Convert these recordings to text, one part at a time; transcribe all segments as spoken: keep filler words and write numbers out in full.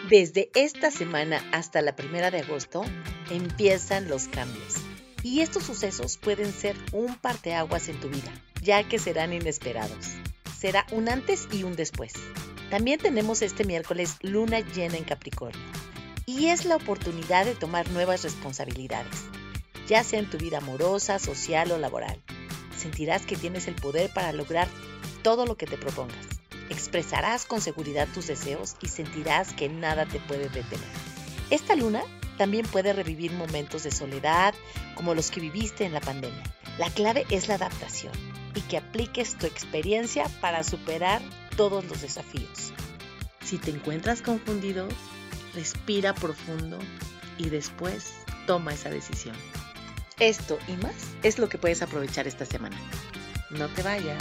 Desde esta semana hasta la primera de agosto empiezan los cambios. Y estos sucesos pueden ser un parteaguas en tu vida, ya que serán inesperados. Será un antes y un después. También tenemos este miércoles luna llena en Capricornio. Y es la oportunidad de tomar nuevas responsabilidades, ya sea en tu vida amorosa, social o laboral. Sentirás que tienes el poder para lograr todo lo que te propongas. Expresarás con seguridad tus deseos y sentirás que nada te puede detener. Esta luna también puede revivir momentos de soledad como los que viviste en la pandemia. La clave es la adaptación y que apliques tu experiencia para superar todos los desafíos. Si te encuentras confundido, respira profundo y después toma esa decisión. Esto y más es lo que puedes aprovechar esta semana. No te vayas.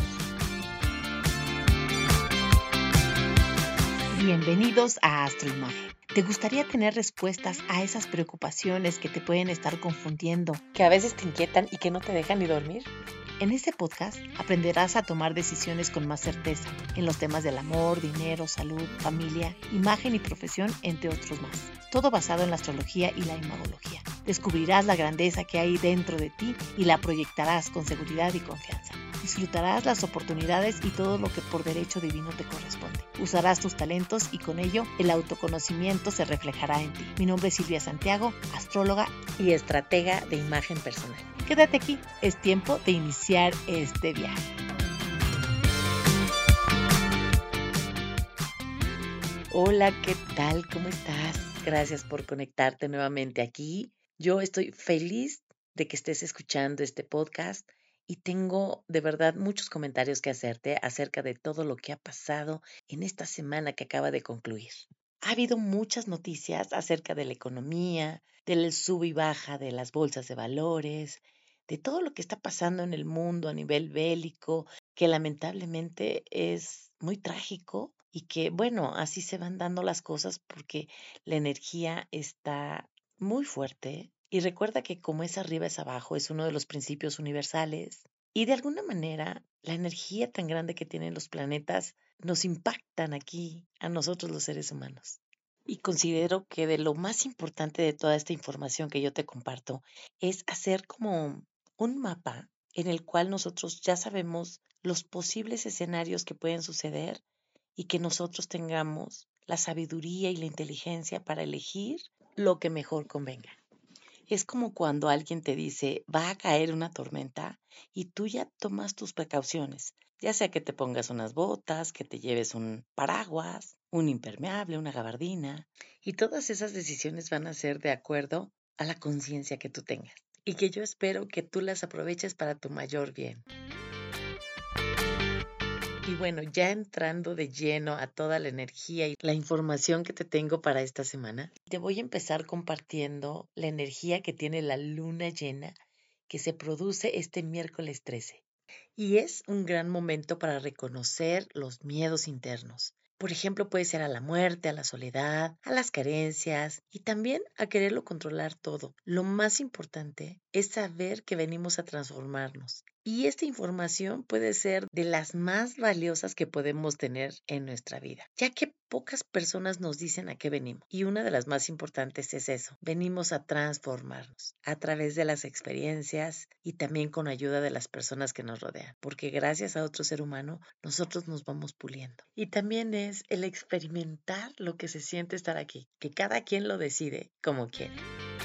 Bienvenidos a Astroimagen. ¿Te gustaría tener respuestas a esas preocupaciones que te pueden estar confundiendo, que a veces te inquietan y que no te dejan ni dormir? En este podcast aprenderás a tomar decisiones con más certeza en los temas del amor, dinero, salud, familia, imagen y profesión, entre otros más. Todo basado en la astrología y la imagología. Descubrirás la grandeza que hay dentro de ti y la proyectarás con seguridad y confianza. Disfrutarás las oportunidades y todo lo que por derecho divino te corresponde. Usarás tus talentos y con ello el autoconocimiento se reflejará en ti. Mi nombre es Silvia Santiago, astróloga y estratega de imagen personal. Quédate aquí, es tiempo de iniciar este viaje. Hola, ¿qué tal? ¿Cómo estás? Gracias por conectarte nuevamente aquí. Yo estoy feliz de que estés escuchando este podcast y tengo de verdad muchos comentarios que hacerte acerca de todo lo que ha pasado en esta semana que acaba de concluir. Ha habido muchas noticias acerca de la economía, del sub y baja de las bolsas de valores, de todo lo que está pasando en el mundo a nivel bélico, que lamentablemente es muy trágico y que, bueno, así se van dando las cosas porque la energía está muy fuerte. Y recuerda que como es arriba es abajo, es uno de los principios universales. Y de alguna manera, la energía tan grande que tienen los planetas nos impactan aquí, a nosotros los seres humanos. Y considero que de lo más importante de toda esta información que yo te comparto es hacer como un mapa en el cual nosotros ya sabemos los posibles escenarios que pueden suceder y que nosotros tengamos la sabiduría y la inteligencia para elegir lo que mejor convenga. Es como cuando alguien te dice, va a caer una tormenta y tú ya tomas tus precauciones, ya sea que te pongas unas botas, que te lleves un paraguas, un impermeable, una gabardina, y todas esas decisiones van a ser de acuerdo a la conciencia que tú tengas y que yo espero que tú las aproveches para tu mayor bien. Y bueno, ya entrando de lleno a toda la energía y la información que te tengo para esta semana, te voy a empezar compartiendo la energía que tiene la luna llena que se produce este miércoles trece. Y es un gran momento para reconocer los miedos internos. Por ejemplo, puede ser a la muerte, a la soledad, a las carencias y también a quererlo controlar todo. Lo más importante es saber que venimos a transformarnos. Y esta información puede ser de las más valiosas que podemos tener en nuestra vida, ya que pocas personas nos dicen a qué venimos. Y una de las más importantes es eso, venimos a transformarnos a través de las experiencias y también con ayuda de las personas que nos rodean, porque gracias a otro ser humano nosotros nos vamos puliendo. Y también es el experimentar lo que se siente estar aquí, que cada quien lo decide como quiere.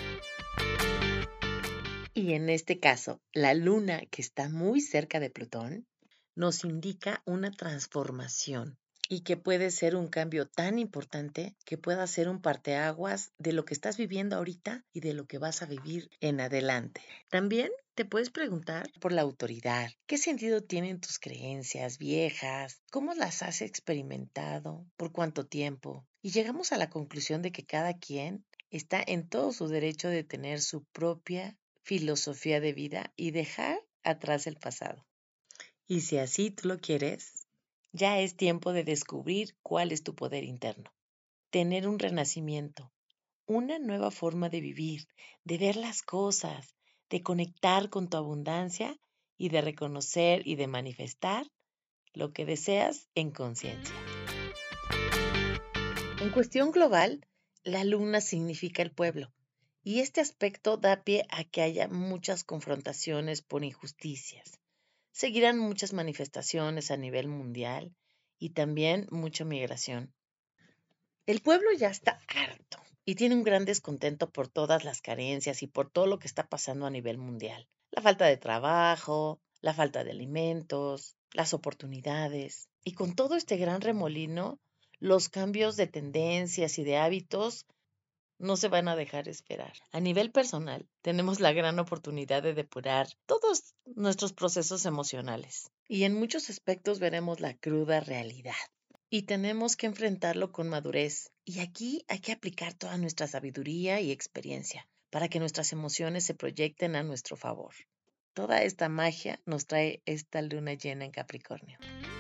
Y en este caso, la luna, que está muy cerca de Plutón, nos indica una transformación y que puede ser un cambio tan importante que pueda ser un parteaguas de lo que estás viviendo ahorita y de lo que vas a vivir en adelante. También te puedes preguntar por la autoridad. ¿Qué sentido tienen tus creencias viejas? ¿Cómo las has experimentado? ¿Por cuánto tiempo? Y llegamos a la conclusión de que cada quien está en todo su derecho de tener su propia filosofía de vida y dejar atrás el pasado. Y si así tú lo quieres, ya es tiempo de descubrir cuál es tu poder interno. Tener un renacimiento, una nueva forma de vivir, de ver las cosas, de conectar con tu abundancia y de reconocer y de manifestar lo que deseas en conciencia. En cuestión global, la luna significa el pueblo, y este aspecto da pie a que haya muchas confrontaciones por injusticias. Seguirán muchas manifestaciones a nivel mundial y también mucha migración. El pueblo ya está harto y tiene un gran descontento por todas las carencias y por todo lo que está pasando a nivel mundial. La falta de trabajo, la falta de alimentos, las oportunidades. Y con todo este gran remolino, los cambios de tendencias y de hábitos no se van a dejar esperar. A nivel personal, tenemos la gran oportunidad de depurar todos nuestros procesos emocionales. Y en muchos aspectos veremos la cruda realidad. Y tenemos que enfrentarlo con madurez. Y aquí hay que aplicar toda nuestra sabiduría y experiencia para que nuestras emociones se proyecten a nuestro favor. Toda esta magia nos trae esta luna llena en Capricornio.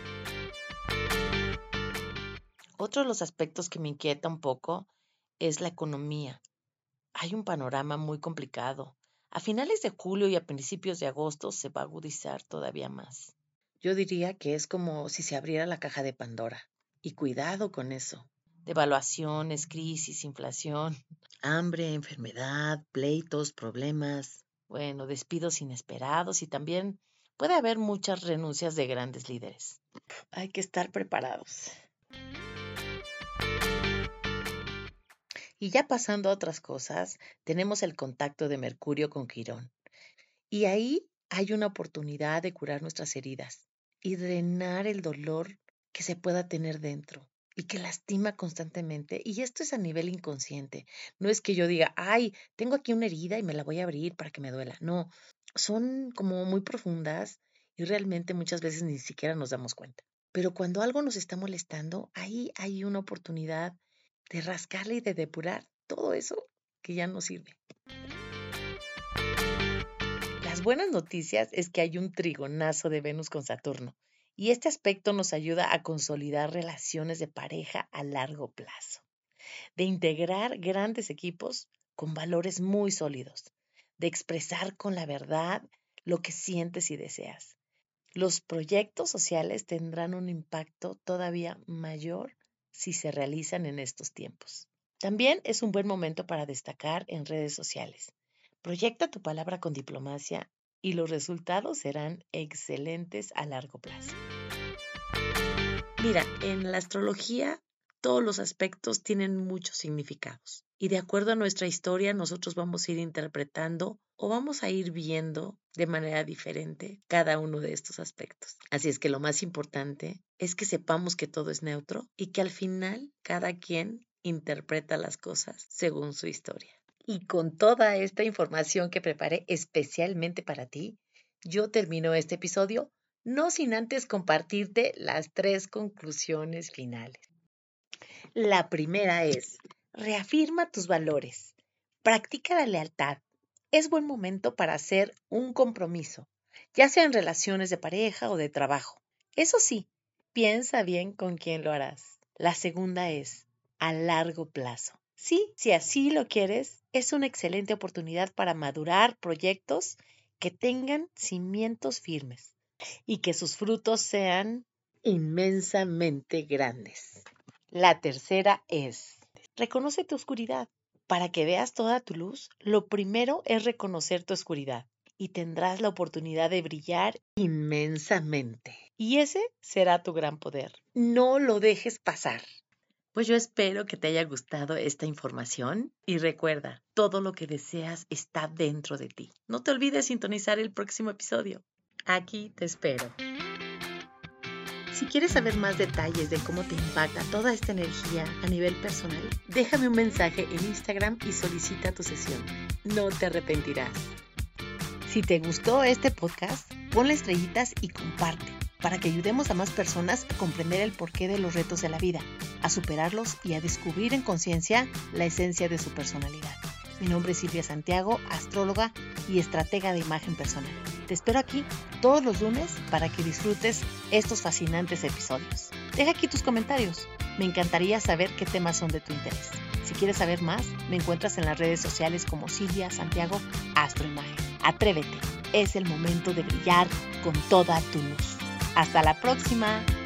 Otro de los aspectos que me inquieta un poco es la economía. Hay un panorama muy complicado. A finales de julio y a principios de agosto se va a agudizar todavía más. Yo diría que es como si se abriera la caja de Pandora. Y cuidado con eso. Devaluaciones, crisis, inflación, hambre, enfermedad, pleitos, problemas, bueno, despidos inesperados y también puede haber muchas renuncias de grandes líderes. Hay que estar preparados. Y ya pasando a otras cosas, tenemos el contacto de Mercurio con Quirón. Y ahí hay una oportunidad de curar nuestras heridas y drenar el dolor que se pueda tener dentro y que lastima constantemente. Y esto es a nivel inconsciente. No es que yo diga, ay, tengo aquí una herida y me la voy a abrir para que me duela. No, son como muy profundas y realmente muchas veces ni siquiera nos damos cuenta. Pero cuando algo nos está molestando, ahí hay una oportunidad de rascarle y de depurar todo eso que ya no sirve. Las buenas noticias es que hay un trigonazo de Venus con Saturno y este aspecto nos ayuda a consolidar relaciones de pareja a largo plazo, de integrar grandes equipos con valores muy sólidos, de expresar con la verdad lo que sientes y deseas. Los proyectos sociales tendrán un impacto todavía mayor si se realizan en estos tiempos. También es un buen momento para destacar en redes sociales. Proyecta tu palabra con diplomacia y los resultados serán excelentes a largo plazo. Mira, en la astrología todos los aspectos tienen muchos significados y de acuerdo a nuestra historia nosotros vamos a ir interpretando o vamos a ir viendo de manera diferente cada uno de estos aspectos. Así es que lo más importante es que sepamos que todo es neutro y que al final cada quien interpreta las cosas según su historia. Y con toda esta información que preparé especialmente para ti, yo termino este episodio no sin antes compartirte las tres conclusiones finales. La primera es, reafirma tus valores, practica la lealtad. Es buen momento para hacer un compromiso, ya sea en relaciones de pareja o de trabajo. Eso sí, piensa bien con quién lo harás. La segunda es, a largo plazo. Sí, si así lo quieres, es una excelente oportunidad para madurar proyectos que tengan cimientos firmes y que sus frutos sean inmensamente grandes. La tercera es, reconoce tu oscuridad. Para que veas toda tu luz, lo primero es reconocer tu oscuridad y tendrás la oportunidad de brillar inmensamente. Y ese será tu gran poder. No lo dejes pasar. Pues yo espero que te haya gustado esta información y recuerda, todo lo que deseas está dentro de ti. No te olvides sintonizar el próximo episodio. Aquí te espero. Si quieres saber más detalles de cómo te impacta toda esta energía a nivel personal, déjame un mensaje en Instagram y solicita tu sesión. No te arrepentirás. Si te gustó este podcast, ponle estrellitas y comparte para que ayudemos a más personas a comprender el porqué de los retos de la vida, a superarlos y a descubrir en conciencia la esencia de su personalidad. Mi nombre es Silvia Santiago, astróloga y estratega de imagen personal. Te espero aquí todos los lunes para que disfrutes estos fascinantes episodios. Deja aquí tus comentarios. Me encantaría saber qué temas son de tu interés. Si quieres saber más, me encuentras en las redes sociales como Silvia Santiago Astroimagen. Atrévete, es el momento de brillar con toda tu luz. Hasta la próxima.